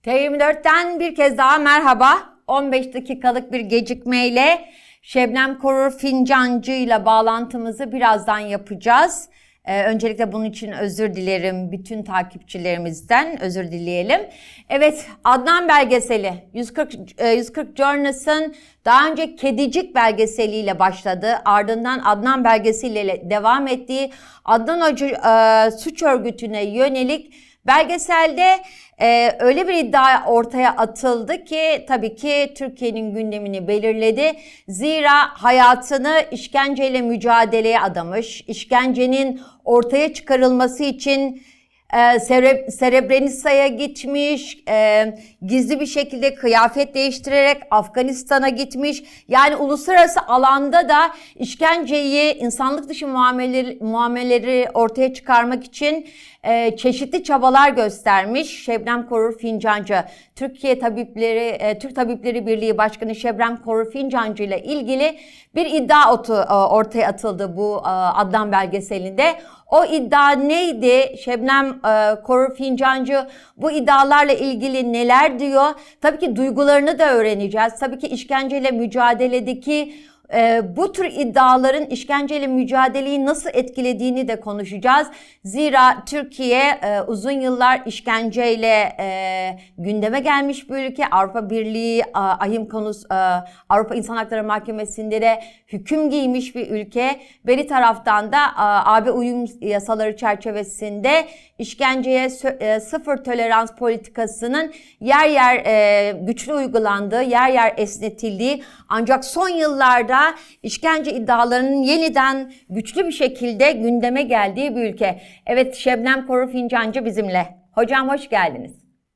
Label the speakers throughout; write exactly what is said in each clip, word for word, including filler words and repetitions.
Speaker 1: T yirmi dört'ten bir kez daha merhaba. on beş dakikalık bir gecikmeyle Şebnem Korur Fincancı ile bağlantımızı birazdan yapacağız. Ee, öncelikle bunun için özür dilerim. Bütün takipçilerimizden özür dileyelim. Evet, Adnan belgeseli yüz kırk, yüz kırk Journeys'ın daha önce Kedicik belgeseliyle başladı. Ardından Adnan belgeseliyle devam ettiği Adnan Hoca e, suç örgütüne yönelik belgeselde e, öyle bir iddia ortaya atıldı ki tabii ki Türkiye'nin gündemini belirledi. Zira hayatını işkenceyle mücadeleye adamış, işkencenin ortaya çıkarılması için e, Sere, Srebrenica'ya gitmiş, e, gizli bir şekilde kıyafet değiştirerek Afganistan'a gitmiş. Yani uluslararası alanda da işkenceyi, insanlık dışı muameleleri, muameleleri ortaya çıkarmak için e, çeşitli çabalar göstermiş. Şebnem Korur Fincancı, Türkiye Tabipleri, e, Türk Tabipleri Birliği Başkanı Şebnem Korur Fincancı ile ilgili bir iddia otu, e, ortaya atıldı bu e, Adnan belgeselinde. O iddia neydi? Şebnem e, Korur Fincancı bu iddialarla ilgili neler diyor? Tabii ki duygularını da öğreneceğiz. Tabii ki işkenceyle mücadeledeki e, bu tür iddiaların işkenceyle mücadeleyi nasıl etkilediğini de konuşacağız. Zira Türkiye e, uzun yıllar işkenceyle e, gündeme gelmiş bir ülke. Avrupa Birliği, ahim konusu, e, Avrupa İnsan Hakları Mahkemesi'nde de hüküm giymiş bir ülke. Bir taraftan da A B uyum yasaları çerçevesinde işkenceye sıfır tolerans politikasının yer yer e, güçlü uygulandığı, yer yer esnetildiği, ancak son yıllarda işkence iddialarının yeniden güçlü bir şekilde gündeme geldiği bir ülke. Evet, Şebnem Korur Fincancı bizimle. Hocam hoş geldiniz.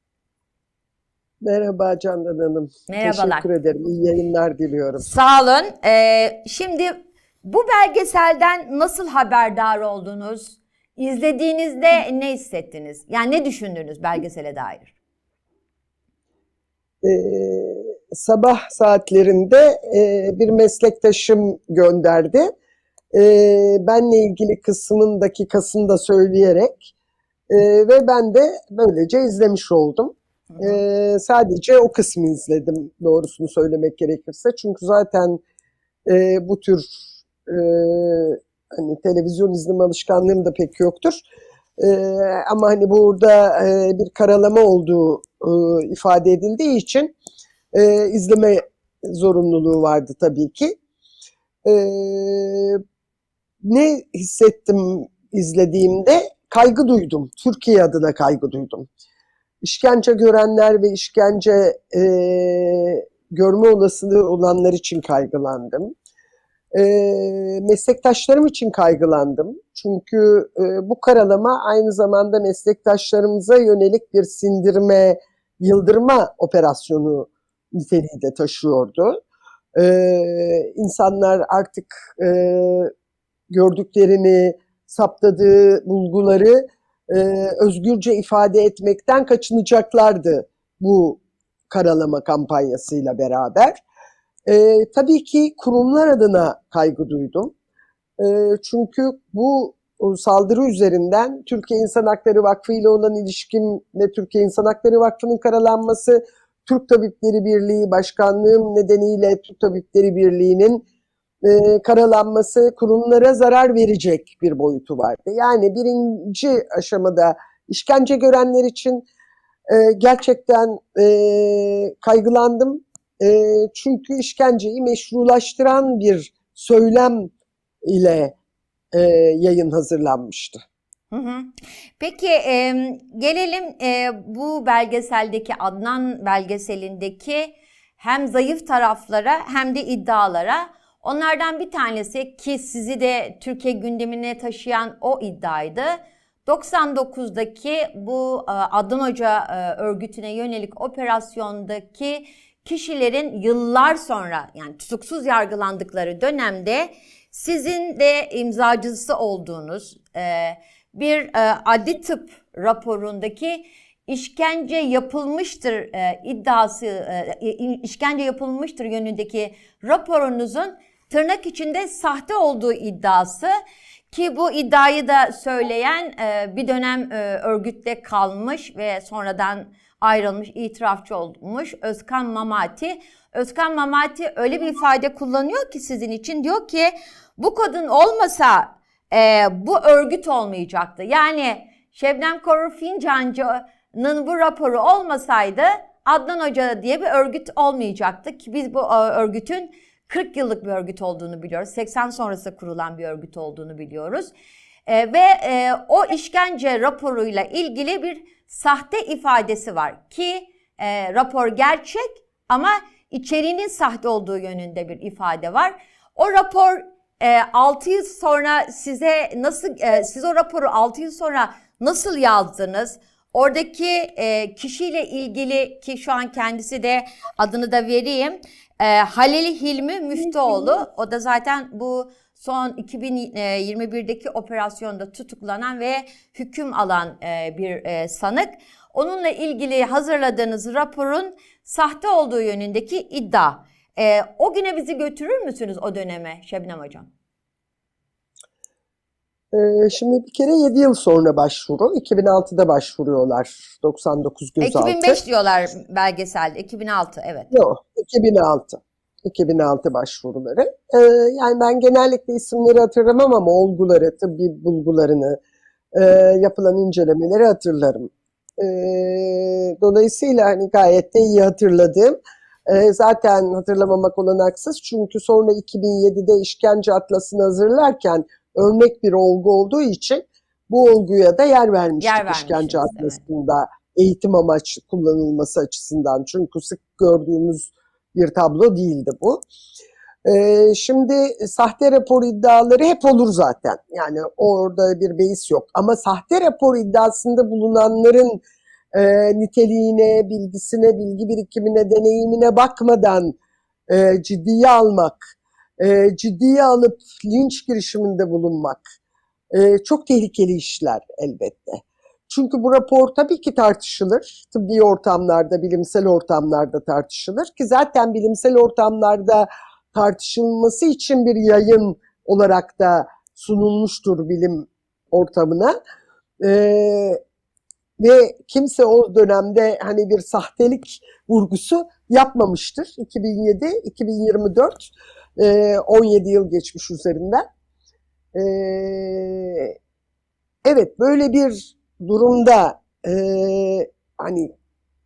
Speaker 2: Merhaba Candan Hanım.
Speaker 1: Merhabalar.
Speaker 2: Teşekkür ederim. İyi yayınlar diliyorum.
Speaker 1: Sağ olun. Ee, şimdi bu belgeselden nasıl haberdar oldunuz? İzlediğinizde ne hissettiniz? Yani ne düşündünüz belgesele dair?
Speaker 2: Ee, sabah saatlerinde e, bir meslektaşım gönderdi. E, benle ilgili kısmın dakikasını da söyleyerek e, ve ben de böylece izlemiş oldum. Ee, sadece o kısmı izledim, doğrusunu söylemek gerekirse. Çünkü zaten e, bu tür e, hani televizyon izleme alışkanlığım da pek yoktur. E, ama hani burada e, bir karalama olduğu e, ifade edildiği için e, izleme zorunluluğu vardı tabii ki. E, ne hissettim izlediğimde? Kaygı duydum. Türkiye adına kaygı duydum. İşkence görenler ve işkence e, görme olasılığı olanlar için kaygılandım. E, meslektaşlarım için kaygılandım. Çünkü e, bu karalama aynı zamanda meslektaşlarımıza yönelik bir sindirme, yıldırma operasyonu niteliği de taşıyordu. E, insanlar artık e, gördüklerini, saptadığı bulguları Ee, özgürce ifade etmekten kaçınacaklardı bu karalama kampanyasıyla beraber. Ee, tabii ki kurumlar adına kaygı duydum. Ee, çünkü bu saldırı üzerinden Türkiye İnsan Hakları Vakfı ile olan ilişkim ve Türkiye İnsan Hakları Vakfı'nın karalanması, Türk Tabipleri Birliği Başkanlığım nedeniyle Türk Tabipleri Birliği'nin E, karalanması kurumlara zarar verecek bir boyutu vardı. Yani birinci aşamada işkence görenler için e, gerçekten e, kaygılandım. E, çünkü işkenceyi meşrulaştıran bir söylem ile e, yayın hazırlanmıştı.
Speaker 1: Hı hı. Peki e, gelelim e, bu belgeseldeki, Adnan belgeselindeki hem zayıf taraflara hem de iddialara. Onlardan bir tanesi, ki sizi de Türkiye gündemine taşıyan o iddiaydı. doksan dokuzdaki bu Adnan Hoca örgütüne yönelik operasyondaki kişilerin yıllar sonra, yani tutuksuz yargılandıkları dönemde sizin de imzacısı olduğunuz bir adli tıp raporundaki işkence yapılmıştır e, iddiası, e, işkence yapılmıştır yönündeki raporunuzun tırnak içinde sahte olduğu iddiası, ki bu iddiayı da söyleyen e, bir dönem e, örgütte kalmış ve sonradan ayrılmış, itirafçı olmuş Özkan Mamati. Özkan Mamati öyle bir ifade kullanıyor ki sizin için, diyor ki bu kadın olmasa e, bu örgüt olmayacaktı. Yani Şebnem Korur Fincancı'nın bu raporu olmasaydı Adnan Hoca diye bir örgüt olmayacaktı ki biz bu örgütün kırk yıllık bir örgüt olduğunu biliyoruz. seksen sonrası kurulan bir örgüt olduğunu biliyoruz. E, ve e, o işkence raporuyla ilgili bir sahte ifadesi var ki e, rapor gerçek ama içeriğinin sahte olduğu yönünde bir ifade var. O rapor e, altı yıl sonra size nasıl, e, siz o raporu altı yıl sonra nasıl yazdınız? Oradaki e, kişiyle ilgili, ki şu an kendisi de adını da vereyim, e, Halil Hilmi Müftüoğlu, o da zaten bu son iki bin yirmi birdeki operasyonda tutuklanan ve hüküm alan e, bir e, sanık. Onunla ilgili hazırladığınız raporun sahte olduğu yönündeki iddia. E, o güne bizi götürür müsünüz, o döneme Şebnem Hocam?
Speaker 2: Ee, şimdi bir kere yedi yıl sonra başvuru. iki bin altıda başvuruyorlar. doksan dokuz gözaltı.
Speaker 1: iki bin beş diyorlar belgeselde. iki bin altı, evet.
Speaker 2: Yok, iki bin altı. iki bin altı başvuruları. Ee, yani ben genellikle isimleri hatırlamam ama olguları, tıbbi bulgularını, e, yapılan incelemeleri hatırlarım. E, dolayısıyla hani gayet de iyi hatırladığım, e, zaten hatırlamamak olanaksız çünkü sonra iki bin yedide işkence atlasını hazırlarken örnek bir olgu olduğu için bu olguya da yer vermiştik
Speaker 1: Yer
Speaker 2: işkence
Speaker 1: vermişsiniz,
Speaker 2: atlasında, evet. Eğitim amaçlı kullanılması açısından, çünkü sık gördüğümüz bir tablo değildi bu. Ee, şimdi sahte rapor iddiaları hep olur zaten. Yani orada bir beis yok. Ama sahte rapor iddiasında bulunanların e, niteliğine, bilgisine, bilgi birikimine, deneyimine bakmadan e, ciddiye almak, e, ciddiye alıp linç girişiminde bulunmak e, çok tehlikeli işler elbette. Çünkü bu rapor tabii ki tartışılır. Tıbbi ortamlarda, bilimsel ortamlarda tartışılır ki zaten bilimsel ortamlarda tartışılması için bir yayın olarak da sunulmuştur bilim ortamına. Ee, ve kimse o dönemde hani bir sahtelik vurgusu yapmamıştır. iki bin yedi iki bin yirmi dört e, on yedi yıl geçmiş üzerinden. Ee, evet, böyle bir durumda e, hani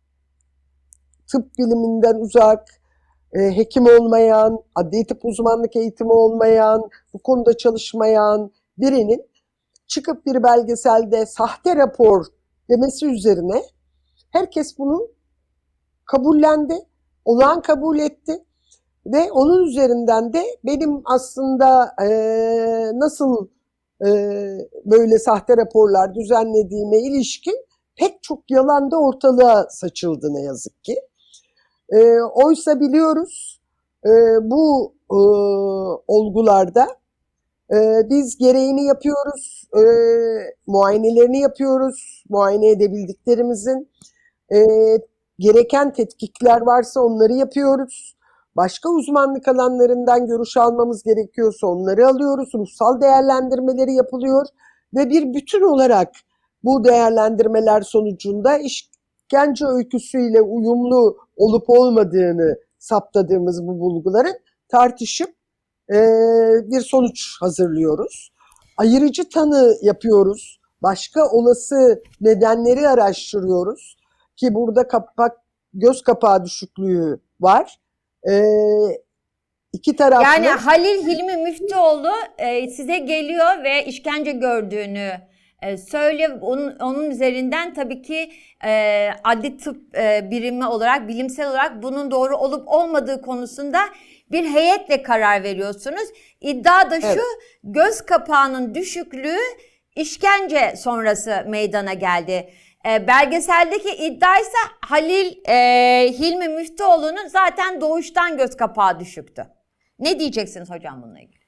Speaker 2: tıp biliminden uzak, e, hekim olmayan, adli tıp uzmanlık eğitimi olmayan, bu konuda çalışmayan birinin çıkıp bir belgeselde sahte rapor demesi üzerine herkes bunu kabullendi, olağan kabul etti ve onun üzerinden de benim aslında e, nasıl e, böyle sahte raporlar düzenlediğime ilişkin pek çok yalan da ortalığa saçıldı ne yazık ki. E, oysa biliyoruz e, bu e, olgularda e, biz gereğini yapıyoruz, e, muayenelerini yapıyoruz, muayene edebildiklerimizin. E, gereken tetkikler varsa onları yapıyoruz. Başka uzmanlık alanlarından görüş almamız gerekiyorsa onları alıyoruz. Ruhsal değerlendirmeleri yapılıyor ve bir bütün olarak bu değerlendirmeler sonucunda işkence öyküsüyle uyumlu olup olmadığını saptadığımız bu bulguların tartışıp e, bir sonuç hazırlıyoruz. Ayırıcı tanı yapıyoruz. Başka olası nedenleri araştırıyoruz ki burada kapak, göz kapağı düşüklüğü var. Ee, iki taraflı.
Speaker 1: Yani Halil Hilmi Müftüoğlu e, size geliyor ve işkence gördüğünü e, söylüyor. Onun, onun üzerinden tabii ki e, adli tıp e, birimi olarak, bilimsel olarak bunun doğru olup olmadığı konusunda bir heyetle karar veriyorsunuz. İddia da şu, evet. Göz kapağının düşüklüğü işkence sonrası meydana geldi. E, belgeseldeki iddia ise Halil e, Hilmi Müftüoğlu'nun zaten doğuştan göz kapağı düşüktü. Ne diyeceksiniz hocam bununla ilgili?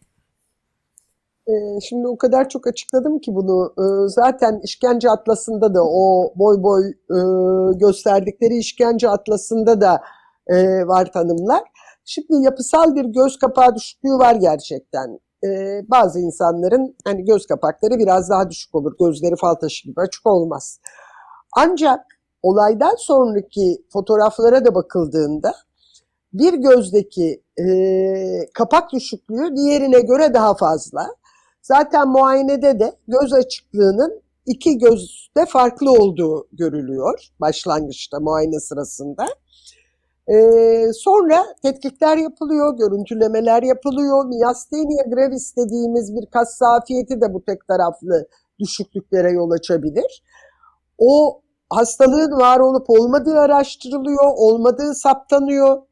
Speaker 2: E, şimdi o kadar çok açıkladım ki bunu. E, zaten işkence atlasında da o boy boy e, gösterdikleri işkence atlasında da e, var tanımlar. Şimdi yapısal bir göz kapağı düşüklüğü var gerçekten. E, bazı insanların hani göz kapakları biraz daha düşük olur. Gözleri fal taşı gibi açık olmaz. Ancak olaydan sonraki fotoğraflara da bakıldığında bir gözdeki e, kapak düşüklüğü diğerine göre daha fazla. Zaten muayenede de göz açıklığının iki gözde farklı olduğu görülüyor başlangıçta muayene sırasında. Ee, sonra tetkikler yapılıyor, görüntülemeler yapılıyor. Miastenia gravis dediğimiz bir kas zafiyeti de bu tek taraflı düşüklüklere yol açabilir. O hastalığın var olup olmadığı araştırılıyor, olmadığı saptanıyor.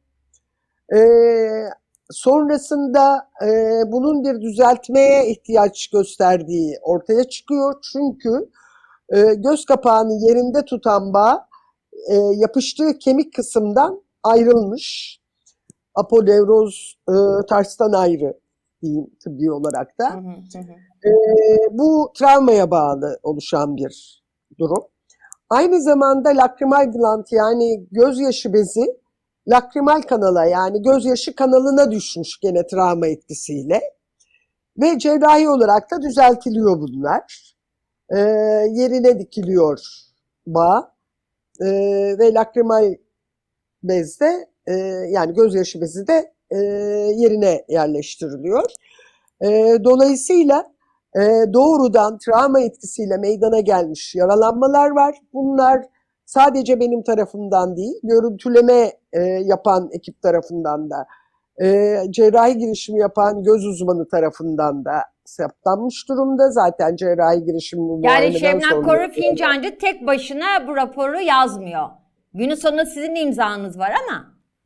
Speaker 2: Ee, sonrasında e, bunun bir düzeltmeye ihtiyaç gösterdiği ortaya çıkıyor. Çünkü e, göz kapağını yerinde tutan bağ e, yapıştığı kemik kısımdan ayrılmış. Apodevroz e, tarstan ayrı diyeyim tıbbi olarak da. Hı hı hı. E, bu travmaya bağlı oluşan bir durum. Aynı zamanda lakrimal gland yani gözyaşı bezi lakrimal kanala yani gözyaşı kanalına düşmüş gene travma etkisiyle. Ve cerrahi olarak da düzeltiliyor bunlar. E, yerine dikiliyor bağ e, ve lakrimal bezde e, yani gözyaşı bezi de e, yerine yerleştiriliyor. E, dolayısıyla e, doğrudan travma etkisiyle meydana gelmiş yaralanmalar var. Bunlar sadece benim tarafımdan değil, görüntüleme e, yapan ekip tarafından da, e, cerrahi girişimi yapan göz uzmanı tarafından da saptanmış durumda. Zaten cerrahi girişim bu
Speaker 1: yani Şebnem Korur Fincancı tek başına bu raporu yazmıyor. Günün sonunda sizin imzanız var ama.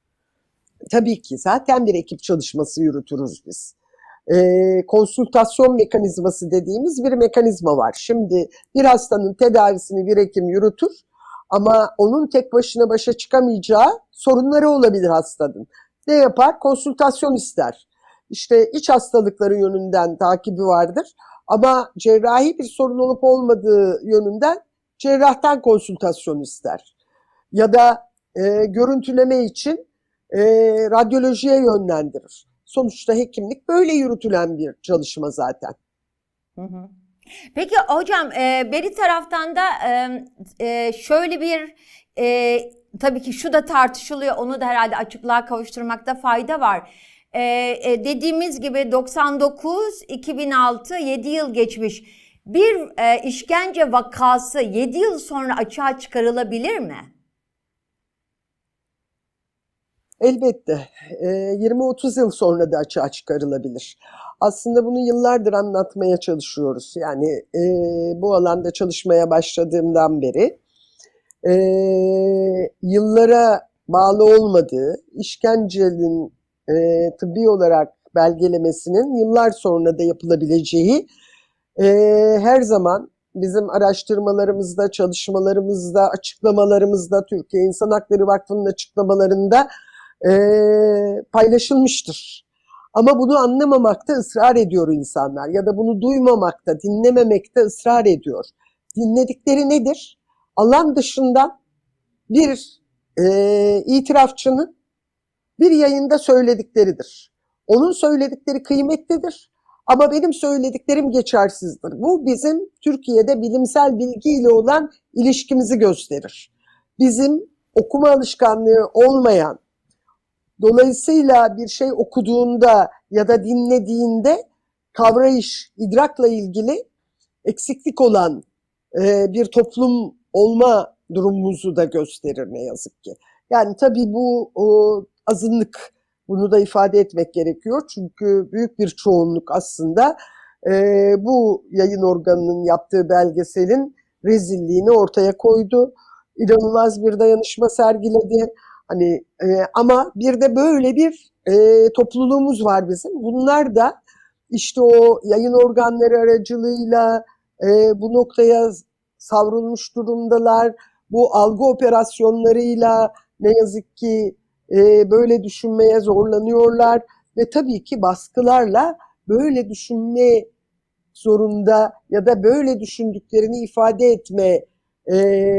Speaker 2: Tabii ki zaten bir ekip çalışması yürütürüz biz. E, konsültasyon mekanizması dediğimiz bir mekanizma var. Şimdi bir hastanın tedavisini bir hekim yürütür ama onun tek başına başa çıkamayacağı sorunları olabilir hastanın. Ne yapar? Konsültasyon ister. İşte iç hastalıkları yönünden takibi vardır ama cerrahi bir sorun olup olmadığı yönünden cerrahtan konsültasyon ister. Ya da e, görüntüleme için e, radyolojiye yönlendirir. Sonuçta hekimlik böyle yürütülen bir çalışma zaten.
Speaker 1: Hı hı. Peki hocam e, beri taraftan da e, e, şöyle bir e, tabii ki şu da tartışılıyor, onu da herhalde açıklığa kavuşturmakta fayda var. E, e, dediğimiz gibi doksan dokuz iki bin altı yedi yıl geçmiş bir e, işkence vakası yedi yıl sonra açığa çıkarılabilir mi?
Speaker 2: Elbette yirmi otuz yıl sonra da açığa çıkarılabilir. Aslında bunu yıllardır anlatmaya çalışıyoruz. Yani e, bu alanda çalışmaya başladığımdan beri e, yıllara bağlı olmadığı, işkencenin e, tıbbi olarak belgelemesinin yıllar sonra da yapılabileceği e, her zaman bizim araştırmalarımızda, çalışmalarımızda, açıklamalarımızda, Türkiye İnsan Hakları Vakfı'nın açıklamalarında e, paylaşılmıştır. Ama bunu anlamamakta ısrar ediyor insanlar ya da bunu duymamakta, dinlememekte ısrar ediyor. Dinledikleri nedir? Alan dışından bir e, itirafçının bir yayında söyledikleridir. Onun söyledikleri kıymetlidir ama benim söylediklerim geçersizdir. Bu bizim Türkiye'de bilimsel bilgiyle olan ilişkimizi gösterir. Bizim okuma alışkanlığı olmayan, dolayısıyla bir şey okuduğunda ya da dinlediğinde kavrayış, idrakla ilgili eksiklik olan e, bir toplum olma durumumuzu da gösterir ne yazık ki. Yani tabii bu o, azınlık, bunu da ifade etmek gerekiyor. Çünkü büyük bir çoğunluk aslında e, bu yayın organının yaptığı belgeselin rezilliğini ortaya koydu. İnanılmaz bir dayanışma sergiledi. Hani e, ama bir de böyle bir e, topluluğumuz var bizim. Bunlar da işte o yayın organları aracılığıyla e, bu noktaya savrulmuş durumdalar. Bu algı operasyonlarıyla ne yazık ki e, böyle düşünmeye zorlanıyorlar ve tabii ki baskılarla böyle düşünme zorunda ya da böyle düşündüklerini ifade etme e,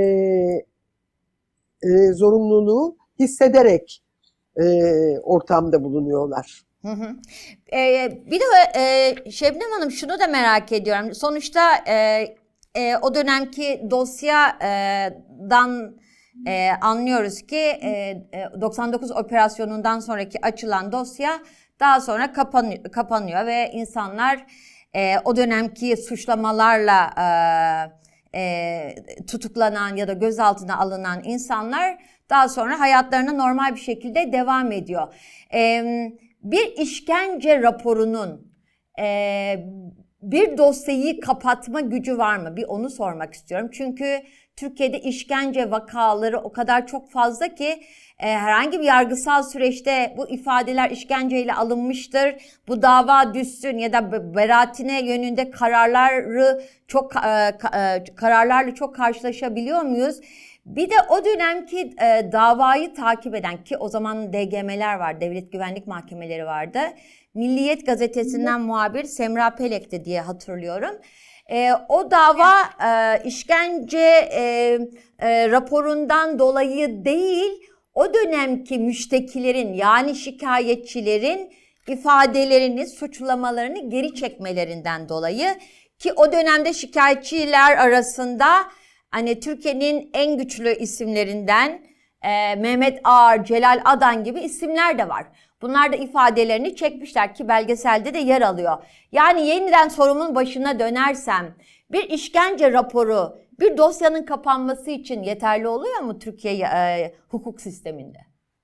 Speaker 2: e, zorunluluğu hissederek e, ortamda bulunuyorlar.
Speaker 1: Hı hı. Ee, bir de e, Şebnem Hanım şunu da merak ediyorum. Sonuçta e, e, o dönemki dosyadan e, anlıyoruz ki e, e, doksan dokuz operasyonundan sonraki açılan dosya daha sonra kapanıyor, kapanıyor ve insanlar e, o dönemki suçlamalarla e, e, tutuklanan ya da gözaltına alınan insanlar daha sonra hayatlarına normal bir şekilde devam ediyor. E, bir işkence raporunun e, bir dosyayı kapatma gücü var mı? Bir onu sormak istiyorum. Çünkü Türkiye'de işkence vakaları o kadar çok fazla ki e, herhangi bir yargısal süreçte bu ifadeler işkenceyle alınmıştır, bu dava düşsün ya da beraatine yönünde kararları çok e, kararlarla çok karşılaşabiliyor muyuz? Bir de o dönemki e, davayı takip eden, ki o zaman D G M'ler var, Devlet Güvenlik Mahkemeleri vardı. Milliyet Gazetesi'nden muhabir Semra Pelek'ti diye hatırlıyorum. E, o dava e, işkence e, e, raporundan dolayı değil, o dönemki müştekilerin yani şikayetçilerin ifadelerini, suçlamalarını geri çekmelerinden dolayı, ki o dönemde şikayetçiler arasında hani Türkiye'nin en güçlü isimlerinden e, Mehmet Ağar, Celal Adan gibi isimler de var. Bunlar da ifadelerini çekmişler ki belgeselde de yer alıyor. Yani yeniden sorumun başına dönersem, bir işkence raporu bir dosyanın kapanması için yeterli oluyor mu Türkiye e, hukuk sisteminde?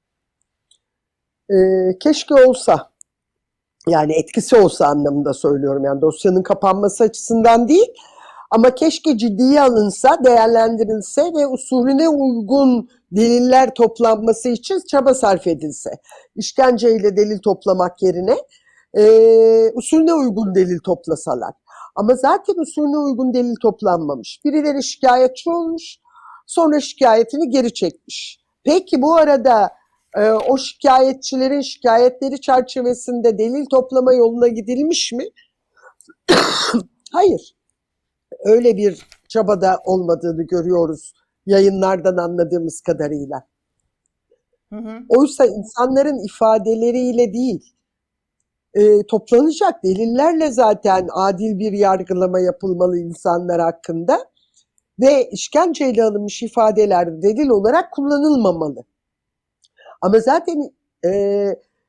Speaker 2: E, keşke olsa. Yani etkisi olsa anlamında söylüyorum. Yani dosyanın kapanması açısından değil. Ama keşke ciddiye alınsa, değerlendirilse ve usulüne uygun deliller toplanması için çaba sarf edilse. İşkenceyle delil toplamak yerine e, usulüne uygun delil toplasalar. Ama zaten usulüne uygun delil toplanmamış. Birileri şikayetçi olmuş, sonra şikayetini geri çekmiş. Peki bu arada e, o şikayetçilerin şikayetleri çerçevesinde delil toplama yoluna gidilmiş mi? Hayır. Öyle bir çabada olmadığını görüyoruz yayınlardan anladığımız kadarıyla. Hı hı. Oysa insanların ifadeleriyle değil, e, toplanacak delillerle zaten adil bir yargılama yapılmalı insanlar hakkında ve işkenceyle alınmış ifadeler delil olarak kullanılmamalı. Ama zaten e,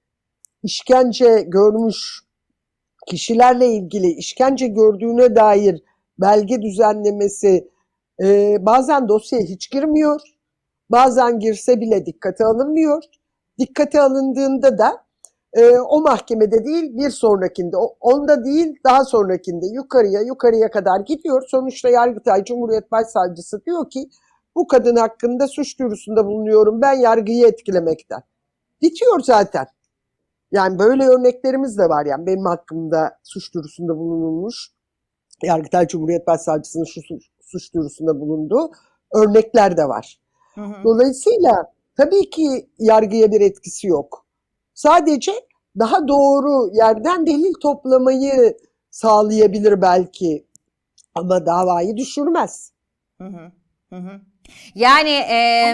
Speaker 2: işkence görmüş kişilerle ilgili işkence gördüğüne dair belge düzenlemesi e, bazen dosyaya hiç girmiyor, bazen girse bile dikkate alınmıyor. Dikkate alındığında da e, o mahkemede değil bir sonrakinde, onda değil daha sonrakinde yukarıya yukarıya kadar gidiyor. Sonuçta Yargıtay Cumhuriyet Başsavcısı diyor ki bu kadın hakkında suç duyurusunda bulunuyorum ben yargıyı etkilemekten. Bitiyor zaten. Yani böyle örneklerimiz de var. Yani benim hakkımda suç duyurusunda bulunulmuş, Yargıtay Cumhuriyet Başsavcısının şu suç duyurusunda bulunduğu örnekler de var. Hı hı. Dolayısıyla tabii ki yargıya bir etkisi yok. Sadece daha doğru yerden delil toplamayı sağlayabilir belki ama davayı düşürmez.
Speaker 1: Hı hı. Hı hı. Yani e,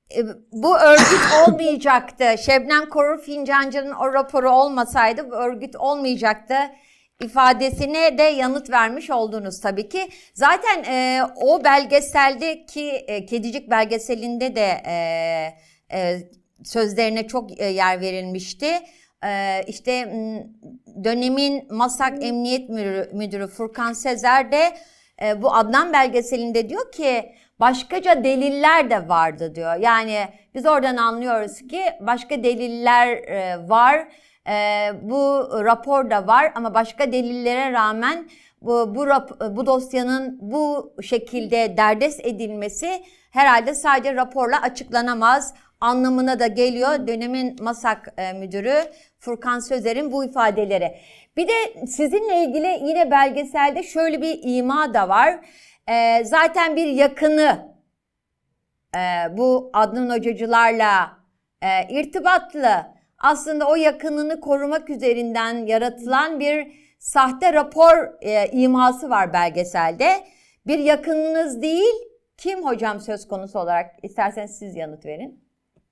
Speaker 1: bu örgüt olmayacaktı. Şebnem Korur Fincancı'nın o raporu olmasaydı bu örgüt olmayacaktı ifadesine de yanıt vermiş oldunuz tabii ki. Zaten e, o belgeseldeki e, Kedicik belgeselinde de e, e, sözlerine çok e, yer verilmişti. E, işte dönemin MASAK Emniyet Müdürü, Müdürü Furkan Sezer de e, bu Adnan belgeselinde diyor ki başkaca deliller de vardı diyor. Yani biz oradan anlıyoruz ki başka deliller e, var. Ee, bu rapor da var ama başka delillere rağmen bu, bu, rap, bu dosyanın bu şekilde derdest edilmesi herhalde sadece raporla açıklanamaz anlamına da geliyor dönemin MASAK e, müdürü Furkan Sözer'in bu ifadeleri. Bir de sizinle ilgili yine belgeselde şöyle bir ima da var. E, zaten bir yakını e, bu Adnan Hocacılarla e, irtibatlı. Aslında o yakınını korumak üzerinden yaratılan bir sahte rapor e, iması var belgeselde. Bir yakınınız değil, kim hocam söz konusu olarak? İsterseniz siz yanıt verin.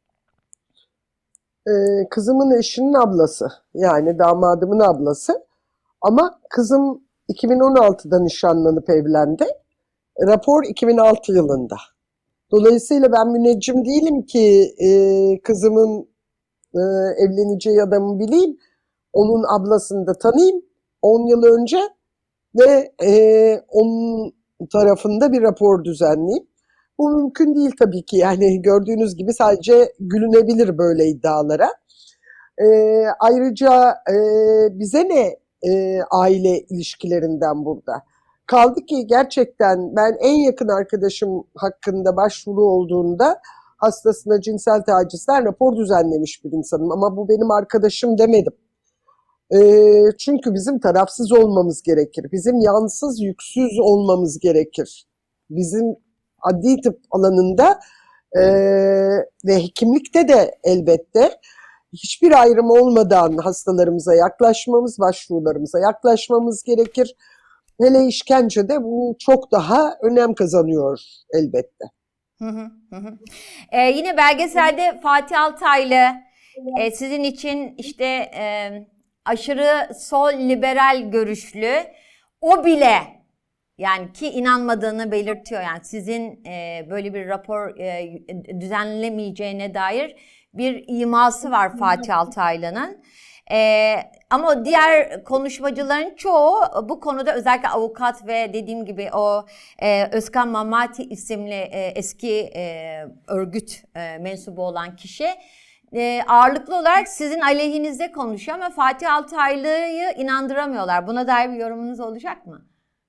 Speaker 2: Ee, kızımın eşinin ablası, yani damadımın ablası. Ama kızım iki bin on altıda nişanlanıp evlendi. Rapor iki bin altı yılında. Dolayısıyla ben müneccim değilim ki e, kızımın e, evleneceği adamı bileyim, onun ablasını da tanıyayım on yıl önce ve e, onun tarafında bir rapor düzenleyeyim. Bu mümkün değil tabii ki. Yani gördüğünüz gibi sadece gülünebilir böyle iddialara. E, ayrıca e, bize ne e, aile ilişkilerinden burada? Kaldı ki gerçekten ben en yakın arkadaşım hakkında başvuru olduğunda hastasına cinsel tacizden rapor düzenlemiş bir insanım. Ama bu benim arkadaşım demedim. E, çünkü bizim tarafsız olmamız gerekir. Bizim yansız, yüksüz olmamız gerekir. Bizim adli tıp alanında e, ve hekimlikte de elbette hiçbir ayrım olmadan hastalarımıza yaklaşmamız, başvurularımıza yaklaşmamız gerekir. Hele işkencede bu çok daha önem kazanıyor elbette.
Speaker 1: Hı hı, hı. Ee, yine belgeselde Fatih Altaylı e, sizin için işte e, aşırı sol liberal görüşlü, o bile yani ki inanmadığını belirtiyor. Yani sizin e, böyle bir rapor e, düzenlemeyeceğine dair bir iması var Fatih Altaylı'nın. Ee, ama diğer konuşmacıların çoğu bu konuda, özellikle avukat ve dediğim gibi o e, Özkan Mamati isimli e, eski e, örgüt e, mensubu olan kişi e, ağırlıklı olarak sizin aleyhinizde konuşuyor ama Fatih Altaylı'yı inandıramıyorlar. Buna dair bir yorumunuz olacak mı?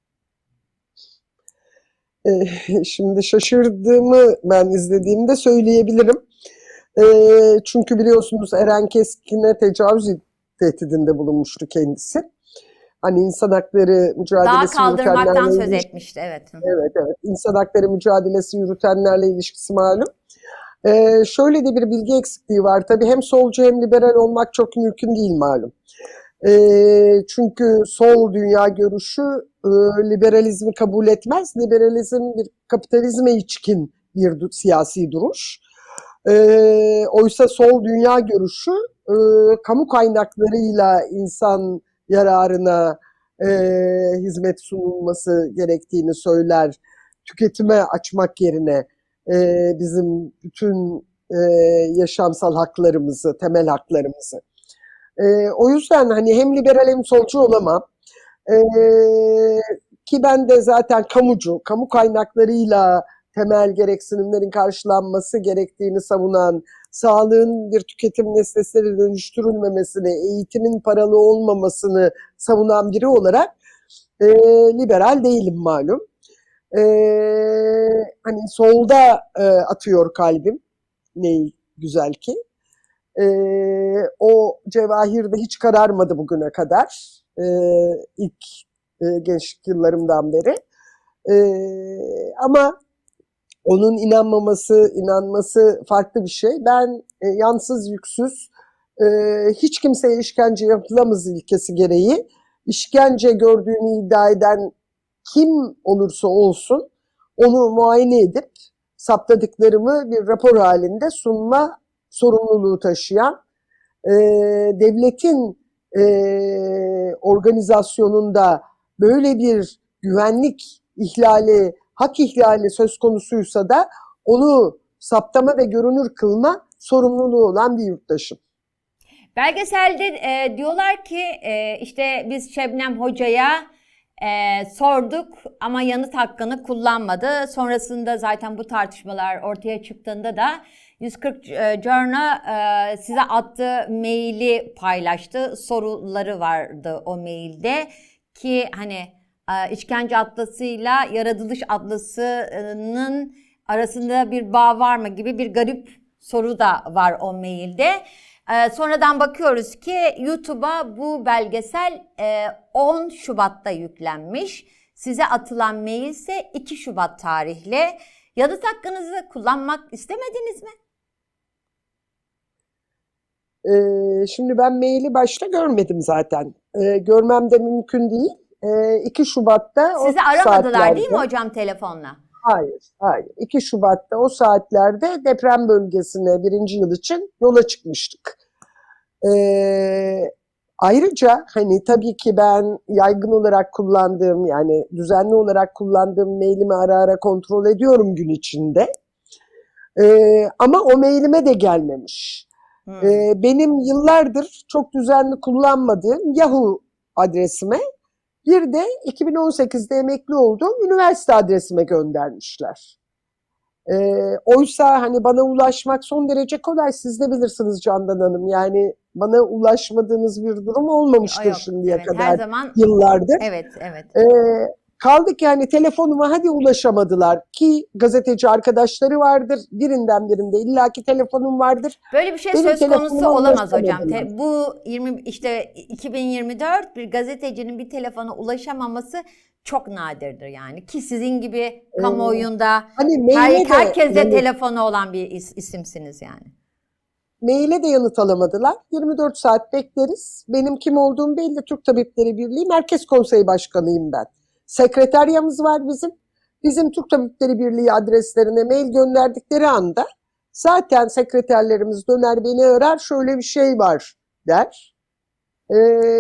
Speaker 2: E, şimdi şaşırdığımı ben izlediğimde söyleyebilirim. E, çünkü biliyorsunuz Eren Keskin'e tecavüz tehdidinde bulunmuştu kendisi. Hani insan hakları mücadelesi
Speaker 1: Daha kaldırmaktan söz
Speaker 2: ilişkisi,
Speaker 1: etmişti, evet.
Speaker 2: Evet, evet. İnsan hakları mücadelesi yürütenlerle ilişkisi malum. Ee, şöyle de bir bilgi eksikliği var. Tabii hem solcu hem liberal olmak çok mümkün değil malum. Ee, çünkü sol dünya görüşü e, liberalizmi kabul etmez. Liberalizm bir kapitalizme içkin bir du- siyasi duruş. Ee, oysa sol dünya görüşü e, kamu kaynaklarıyla insan yararına e, hizmet sunulması gerektiğini söyler. Tüketime açmak yerine e, bizim bütün e, yaşamsal haklarımızı, temel haklarımızı. E, o yüzden hani hem liberal hem solcu olamam. E, ki ben de zaten kamucu, kamu kaynaklarıyla temel gereksinimlerin karşılanması gerektiğini savunan, sağlığın bir tüketim nesnesine dönüştürülmemesini, eğitimin paralı olmamasını savunan biri olarak e, liberal değilim malum. E, hani solda e, atıyor kalbim, ne güzel ki. E, o cevahir de hiç kararmadı bugüne kadar, e, ilk e, gençlik yıllarımdan beri. E, ama onun inanmaması, inanması farklı bir şey. Ben e, yansız, yüksüz, e, hiç kimseye işkence yapılamaz ilkesi gereği işkence gördüğünü iddia eden kim olursa olsun onu muayene edip saptadıklarımı bir rapor halinde sunma sorumluluğu taşıyan, e, devletin e, organizasyonunda böyle bir güvenlik ihlali, hak ihlali söz konusuysa da onu saptama ve görünür kılma sorumluluğu olan bir yurttaşım.
Speaker 1: Belgeselde e, diyorlar ki e, işte biz Şebnem Hoca'ya e, sorduk ama yanıt hakkını kullanmadı. Sonrasında zaten bu tartışmalar ortaya çıktığında da yüz kırk e, Journal e, size attığı maili paylaştı. Soruları vardı o mailde ki hani e, işkence atlasıyla yaratılış atlasının arasında bir bağ var mı gibi bir garip soru da var o mailde. Ee, sonradan bakıyoruz ki YouTube'a bu belgesel e, on Şubat'ta yüklenmiş. Size atılan mail ise iki Şubat tarihli. Yanıt hakkınızı kullanmak istemediniz mi?
Speaker 2: Ee, şimdi ben maili başta görmedim zaten. Ee, görmem de mümkün değil. Ee, iki Şubat'ta o
Speaker 1: Sizi aramadılar
Speaker 2: saatlerde,
Speaker 1: değil mi hocam telefonla?
Speaker 2: Hayır, hayır. iki Şubat'ta o saatlerde deprem bölgesine birinci yıl için yola çıkmıştık. Ee, ayrıca hani tabii ki ben yaygın olarak kullandığım, yani düzenli olarak kullandığım mailimi ara ara kontrol ediyorum gün içinde. Ee, ama o mailime de gelmemiş.
Speaker 1: Hmm.
Speaker 2: Ee, benim yıllardır çok düzenli kullanmadığım Yahoo adresime bir de iki bin on sekizde emekli olduğum üniversite adresime göndermişler. Ee, oysa hani bana ulaşmak son derece kolay. Siz de bilirsiniz Candan Hanım. Yani bana ulaşmadığınız bir durum olmamıştır
Speaker 1: Yok,
Speaker 2: şimdiye
Speaker 1: evet,
Speaker 2: kadar
Speaker 1: her zaman
Speaker 2: yıllardır.
Speaker 1: evet, evet.
Speaker 2: Ee, kaldı ki hani telefonuma hadi ulaşamadılar ki gazeteci arkadaşları vardır. Birinden birinde illaki telefonum vardır.
Speaker 1: Böyle bir şey
Speaker 2: Benim
Speaker 1: söz konusu
Speaker 2: telefonuma
Speaker 1: olamaz hocam.
Speaker 2: ulaşamadılar.
Speaker 1: Te- bu yirmi işte iki bin yirmi dört bir gazetecinin bir telefona ulaşamaması çok nadirdir yani. Ki sizin gibi kamuoyunda
Speaker 2: Hani
Speaker 1: her,
Speaker 2: maile de
Speaker 1: herkese
Speaker 2: yani-
Speaker 1: telefonu olan bir is- isimsiniz yani.
Speaker 2: Maile de yanıt alamadılar. yirmi dört saat bekleriz. Benim kim olduğum belli. Türk Tabipleri Birliği Merkez Konseyi Başkanıyım ben. Sekreteryamız var bizim. Bizim Türk Tabipleri Birliği adreslerine mail gönderdikleri anda zaten sekreterlerimiz döner beni arar, şöyle bir şey var der. Ee,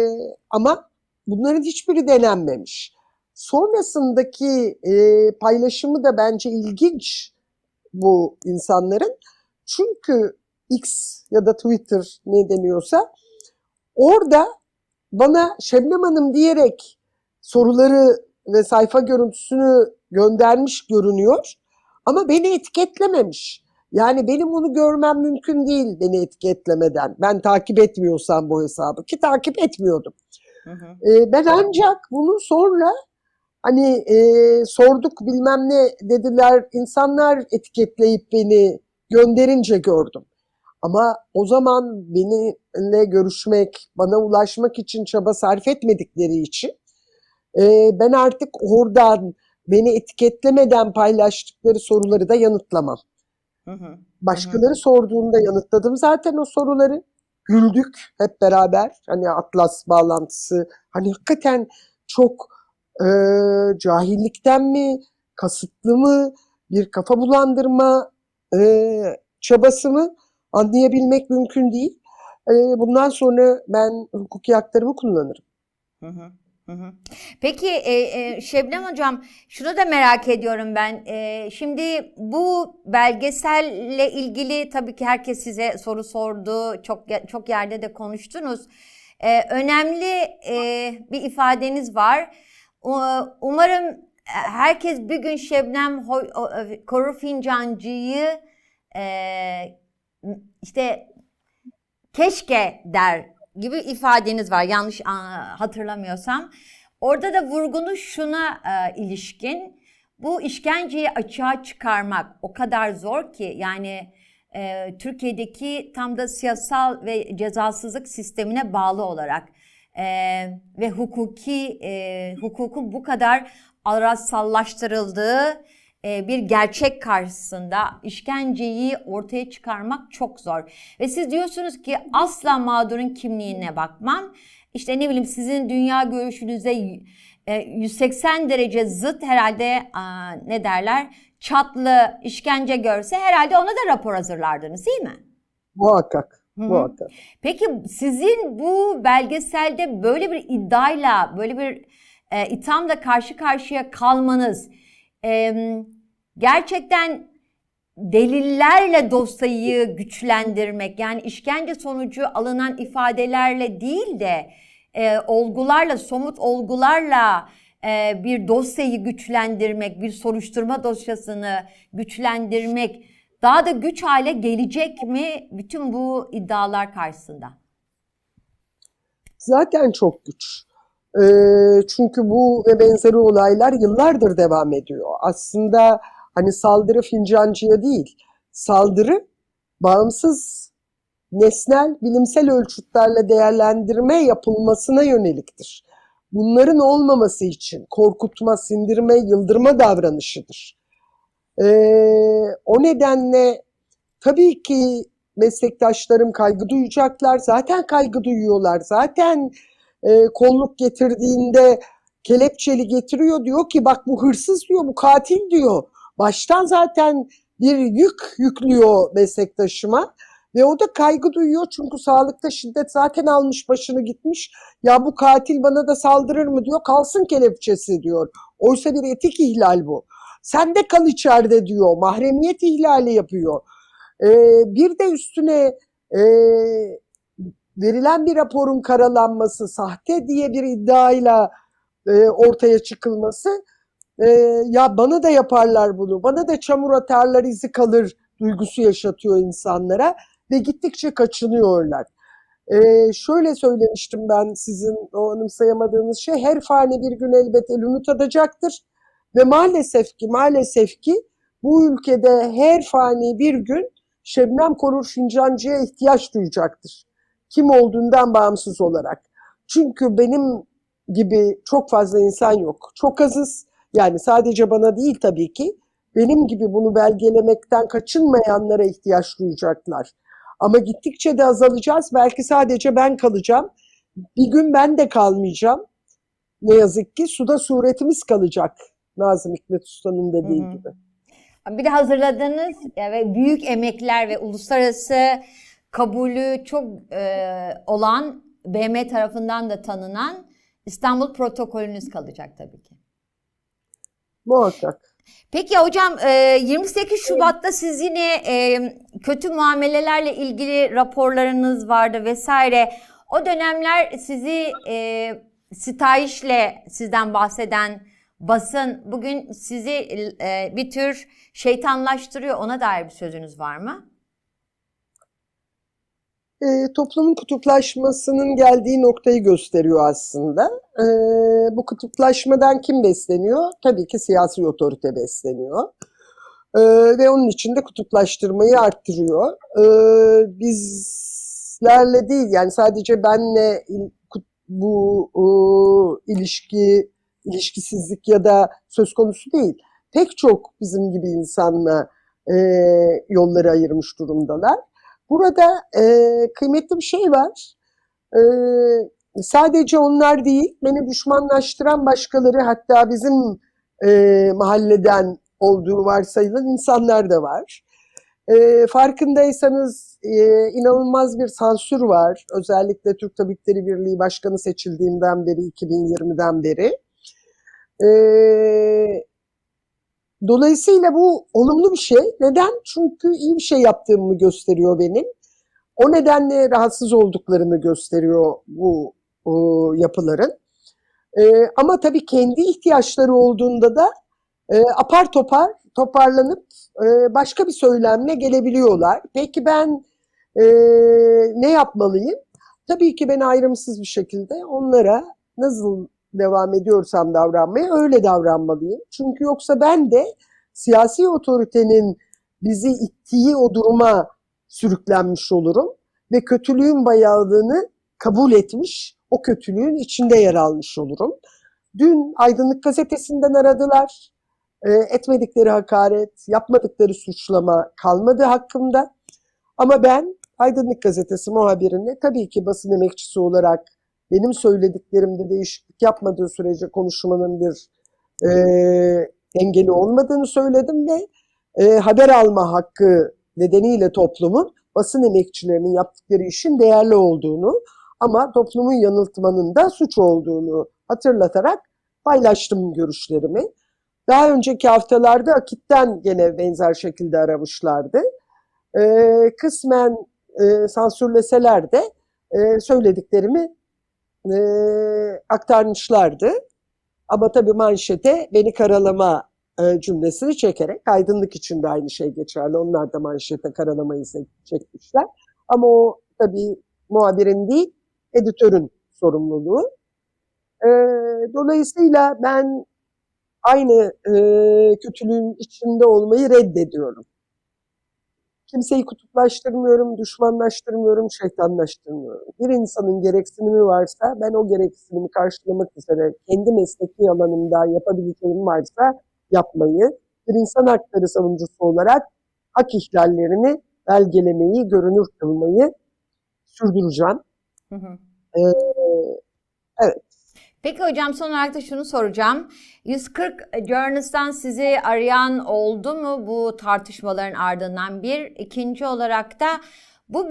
Speaker 2: ama bunların hiçbiri denenmemiş. Sonrasındaki e, paylaşımı da bence ilginç bu insanların. Çünkü X ya da Twitter ne deniyorsa orada bana Şebnem Hanım diyerek soruları ve sayfa görüntüsünü göndermiş görünüyor ama beni etiketlememiş. Yani benim onu görmem mümkün değil beni etiketlemeden. Ben takip etmiyorsam bu hesabı ki takip etmiyordum.
Speaker 1: Hı hı.
Speaker 2: Ee, ben ancak bunu sonra hani e, sorduk bilmem ne dediler insanlar etiketleyip beni gönderince gördüm. Ama o zaman benimle görüşmek, bana ulaşmak için çaba sarf etmedikleri için e, ben artık oradan beni etiketlemeden paylaştıkları soruları da yanıtlamam.
Speaker 1: Hı hı.
Speaker 2: Başkaları
Speaker 1: Hı hı.
Speaker 2: sorduğunda yanıtladım zaten o soruları. Güldük hep beraber. Hani Atlas bağlantısı. Hani hakikaten çok e, cahillikten mi, kasıtlı mı, bir kafa bulandırma e, çabası mı anlayabilmek mümkün değil. E, bundan sonra ben hukuki haklarımı kullanırım.
Speaker 1: Hı hı, hı hı. Peki e, e, Şebnem Hocam, şunu da merak ediyorum ben. E, şimdi bu belgeselle ilgili tabii ki herkes size soru sordu. Çok çok yerde de konuştunuz. E, önemli e, bir ifadeniz var. U- Umarım herkes bir gün Şebnem Ho- o- Korur Fincancı'yı e, işte keşke der gibi ifadeniz var yanlış aa, hatırlamıyorsam. Orada da vurgunu şuna e, ilişkin. Bu işkenceyi açığa çıkarmak o kadar zor ki yani e, Türkiye'deki tam da siyasal ve cezasızlık sistemine bağlı olarak e, ve hukuki e, hukukun bu kadar araçsallaştırıldığı e, bir gerçek karşısında işkenceyi ortaya çıkarmak çok zor. Ve siz diyorsunuz ki asla mağdurun kimliğine bakmam. İşte ne bileyim sizin dünya görüşünüze e, yüz seksen derece zıt herhalde aa, ne derler çatlı işkence görse herhalde ona da rapor hazırlardınız değil mi?
Speaker 2: Muhakkak,
Speaker 1: Hı hı.
Speaker 2: muhakkak.
Speaker 1: Peki sizin bu belgeselde böyle bir iddiayla, böyle bir e, ithamla karşı karşıya kalmanız e, gerçekten delillerle dosyayı güçlendirmek, yani işkence sonucu alınan ifadelerle değil de e, olgularla, somut olgularla e, bir dosyayı güçlendirmek, bir soruşturma dosyasını güçlendirmek daha da güç hale gelecek mi bütün bu iddialar karşısında?
Speaker 2: Zaten çok güç. E, çünkü bu ve benzeri olaylar yıllardır devam ediyor. Aslında hani saldırı Fincancı'ya değil, saldırı bağımsız, nesnel, bilimsel ölçütlerle değerlendirme yapılmasına yöneliktir. Bunların olmaması için korkutma, sindirme, yıldırma davranışıdır. Ee, o nedenle tabii ki meslektaşlarım kaygı duyacaklar, zaten kaygı duyuyorlar, zaten e, kolluk getirdiğinde kelepçeli getiriyor, diyor ki bak bu hırsız diyor, bu katil diyor. Baştan zaten bir yük yüklüyor meslektaşıma ve o da kaygı duyuyor çünkü sağlıkta şiddet zaten almış başını gitmiş. Ya bu katil bana da saldırır mı diyor, kalsın kelepçesi diyor. Oysa bir etik ihlal bu. Sen de kal içeride diyor. Mahremiyet ihlali yapıyor. Ee, bir de üstüne e, verilen bir raporun karalanması, sahte diye bir iddiayla e, ortaya çıkılması, e, ya bana da yaparlar bunu, bana da çamur atarlar, izi kalır duygusu yaşatıyor insanlara ve gittikçe kaçınıyorlar. Ee, şöyle söylemiştim ben, sizin o anımsayamadığınız şey, her fani bir gün elbet elini tadacaktır ve maalesef ki maalesef ki bu ülkede her fani bir gün Şebnem Korur Fincancı'ya ihtiyaç duyacaktır. Kim olduğundan bağımsız olarak. Çünkü benim gibi çok fazla insan yok. Çok azız. Yani sadece bana değil tabii ki. Benim gibi bunu belgelemekten kaçınmayanlara ihtiyaç duyacaklar. Ama gittikçe de azalacağız. Belki sadece ben kalacağım. Bir gün ben de kalmayacağım. Ne yazık ki suda suretimiz kalacak. Nazım Hikmet Usta'nın dediği
Speaker 1: Hı hı.
Speaker 2: gibi.
Speaker 1: Bir de hazırladığınız ve büyük emekler ve uluslararası kabulü çok e, olan, B M tarafından da tanınan İstanbul protokolünüz kalacak tabii ki.
Speaker 2: Muhakkak.
Speaker 1: Peki hocam, yirmi sekiz Şubat'ta siz yine kötü muamelelerle ilgili raporlarınız vardı vesaire. O dönemler sizi sitayişle sizden bahseden basın bugün sizi bir tür şeytanlaştırıyor. Ona dair bir sözünüz var mı?
Speaker 2: E, toplumun kutuplaşmasının geldiği noktayı gösteriyor aslında. E, bu kutuplaşmadan kim besleniyor? Tabii ki siyasi otorite besleniyor. E, ve onun için de kutuplaştırmayı arttırıyor. E, bizlerle değil, yani sadece benle bu e, ilişki, ilişkisizlik ya da söz konusu değil. Pek çok bizim gibi insanla e, yolları ayırmış durumdalar. Burada e, kıymetli bir şey var. E, sadece onlar değil, beni düşmanlaştıran başkaları, hatta bizim e, mahalleden olduğu varsayılan insanlar da var. E, farkındaysanız e, inanılmaz bir sansür var. Özellikle Türk Tabipleri Birliği Başkanı seçildiğimden beri, iki bin yirmiden beri. E, Dolayısıyla bu olumlu bir şey. Neden? Çünkü iyi bir şey yaptığımı gösteriyor benim. O nedenle rahatsız olduklarını gösteriyor bu o, yapıların. E, ama tabii kendi ihtiyaçları olduğunda da e, apar topar toparlanıp e, başka bir söylemle gelebiliyorlar. Peki ben e, ne yapmalıyım? Tabii ki ben ayrımsız bir şekilde onlara nasıl devam ediyorsam davranmaya öyle davranmalıyım. Çünkü yoksa ben de siyasi otoritenin bizi ittiği o duruma sürüklenmiş olurum ve kötülüğün bayağılığını kabul etmiş, o kötülüğün içinde yer almış olurum. Dün Aydınlık Gazetesi'nden aradılar. E, etmedikleri hakaret, yapmadıkları suçlama kalmadı hakkımda. Ama ben Aydınlık Gazetesi muhabirine tabii ki basın emekçisi olarak benim söylediklerimde değişiklik yapmadığı sürece konuşmanın bir e, engeli olmadığını söyledim ve e, haber alma hakkı nedeniyle toplumun basın emekçilerinin yaptıkları işin değerli olduğunu ama toplumun yanıltmanın da suç olduğunu hatırlatarak paylaştım görüşlerimi. Daha önceki haftalarda Akit'ten gene benzer şekilde aramışlardı. E, kısmen e, sansürleseler de e, söylediklerimi e, aktarmışlardı. Ama tabii manşete beni karalama e, cümlesini çekerek, Aydınlık için de aynı şey geçerli. Onlar da manşete karalamayı çekmişler. Ama o tabii muhabirin değil, editörün sorumluluğu. E, dolayısıyla ben aynı e, kötülüğün içinde olmayı reddediyorum. Kimseyi kutuplaştırmıyorum, düşmanlaştırmıyorum, şeytanlaştırmıyorum. Bir insanın gereksinimi varsa ben o gereksinimi karşılamak üzere kendi mesleki alanımda yapabileceğim varsa yapmayı, bir insan hakları savunucusu olarak hak ihlallerini belgelemeyi, görünür kılmayı sürdüreceğim. Hı hı. Ee, evet.
Speaker 1: Peki hocam, son olarak da şunu soracağım. yüz kırk Journalist'tan sizi arayan oldu mu bu tartışmaların ardından bir? İkinci olarak da bu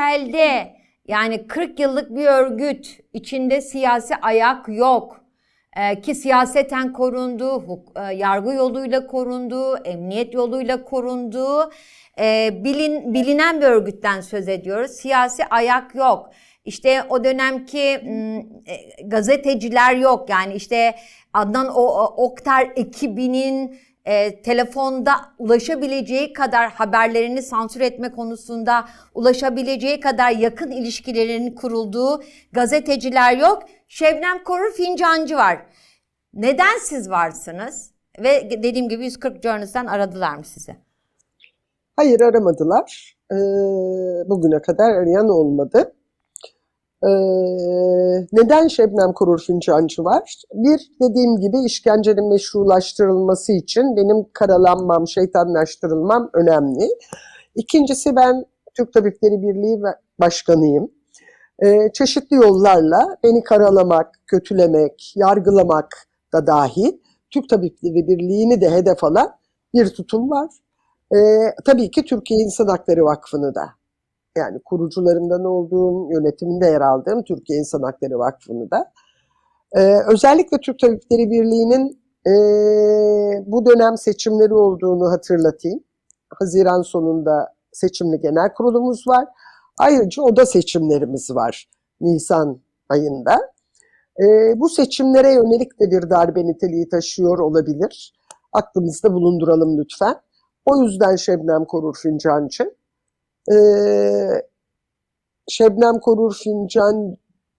Speaker 1: belgeselde, yani kırk yıllık bir örgüt, içinde siyasi ayak yok. Ee, ki siyaseten korundu, huk- e, yargı yoluyla korundu, emniyet yoluyla korundu. Ee, bilin, bilinen bir örgütten söz ediyoruz. Siyasi ayak yok. İşte o dönemki m, e, gazeteciler yok. Yani işte Adnan o, o- Oktar ekibinin e, telefonda ulaşabileceği kadar haberlerini sansür etme konusunda ulaşabileceği kadar yakın ilişkilerinin kurulduğu gazeteciler yok. Şebnem Korur Fincancı var. Neden siz varsınız? Ve dediğim gibi yüz kırk Journalist'ten aradılar mı sizi?
Speaker 2: Hayır, aramadılar. Ee, bugüne kadar arayan olmadı. Ee, neden Şebnem Korur Fincancı var? Bir, dediğim gibi işkencenin meşrulaştırılması için benim karalanmam, şeytanlaştırılmam önemli. İkincisi, ben Türk Tabipleri Birliği Başkanıyım. Ee, çeşitli yollarla beni karalamak, kötülemek, yargılamak da dahil Türk Tabipleri Birliği'ni de hedef alan bir tutum var. Ee, tabii ki Türkiye İnsan Hakları Vakfı'nı da, yani kurucularından olduğum, yönetiminde yer aldığım Türkiye İnsan Hakları Vakfı'nı da. Ee, özellikle Türk Tabipleri Birliği'nin e, bu dönem seçimleri olduğunu hatırlatayım. Haziran sonunda seçimli genel kurulumuz var. Ayrıca oda seçimlerimiz var Nisan ayında. Ee, bu seçimlere yönelik de bir darbe niteliği taşıyor olabilir. Aklımızda bulunduralım lütfen. O yüzden Şebnem Korur Fincancı. Ee, Şebnem Korur Fincancı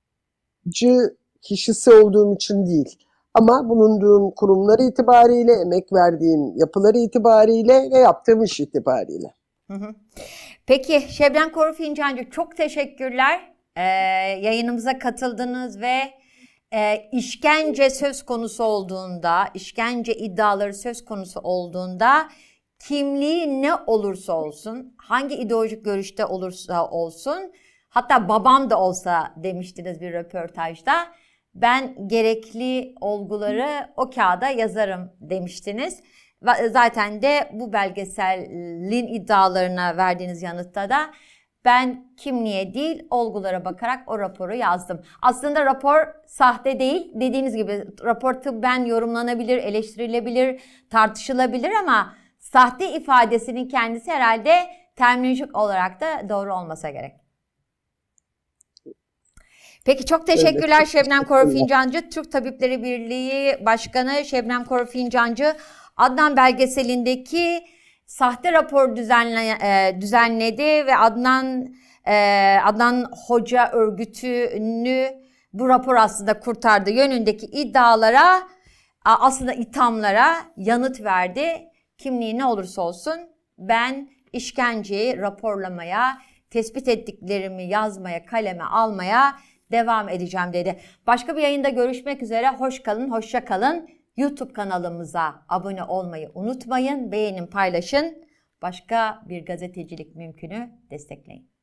Speaker 2: kişisi olduğum için değil. Ama bulunduğum kurumlar itibariyle, emek verdiğim yapılar itibariyle ve yaptığım iş itibariyle.
Speaker 1: Hı hı. Peki Şebnem Korur Fincancı, çok teşekkürler. Ee, yayınımıza katıldınız ve e, işkence söz konusu olduğunda, işkence iddiaları söz konusu olduğunda kimliği ne olursa olsun, hangi ideolojik görüşte olursa olsun, hatta babam da olsa demiştiniz bir röportajda, ben gerekli olguları o kağıda yazarım demiştiniz. Zaten de bu belgeselin iddialarına verdiğiniz yanıtta da ben kimliğe değil olgulara bakarak o raporu yazdım. Aslında rapor sahte değil. Dediğiniz gibi rapor tıbben yorumlanabilir, eleştirilebilir, tartışılabilir ama sahte ifadesinin kendisi herhalde terminolojik olarak da doğru olmasa gerek. Peki çok teşekkürler evet, Şebnem Korur Fincancı. Türk Tabipleri Birliği Başkanı Şebnem Korur Fincancı Adnan belgeselindeki sahte rapor düzenle, e, düzenledi ve Adnan e, Adnan Hoca örgütünü bu rapor aslında kurtardı yönündeki iddialara, aslında ithamlara yanıt verdi. Kimliği ne olursa olsun ben işkenceyi raporlamaya, tespit ettiklerimi yazmaya, kaleme almaya devam edeceğim dedi. Başka bir yayında görüşmek üzere. Hoş kalın, hoşça kalın. YouTube kanalımıza abone olmayı unutmayın. Beğenin, paylaşın. Başka bir gazetecilik mümkünü destekleyin.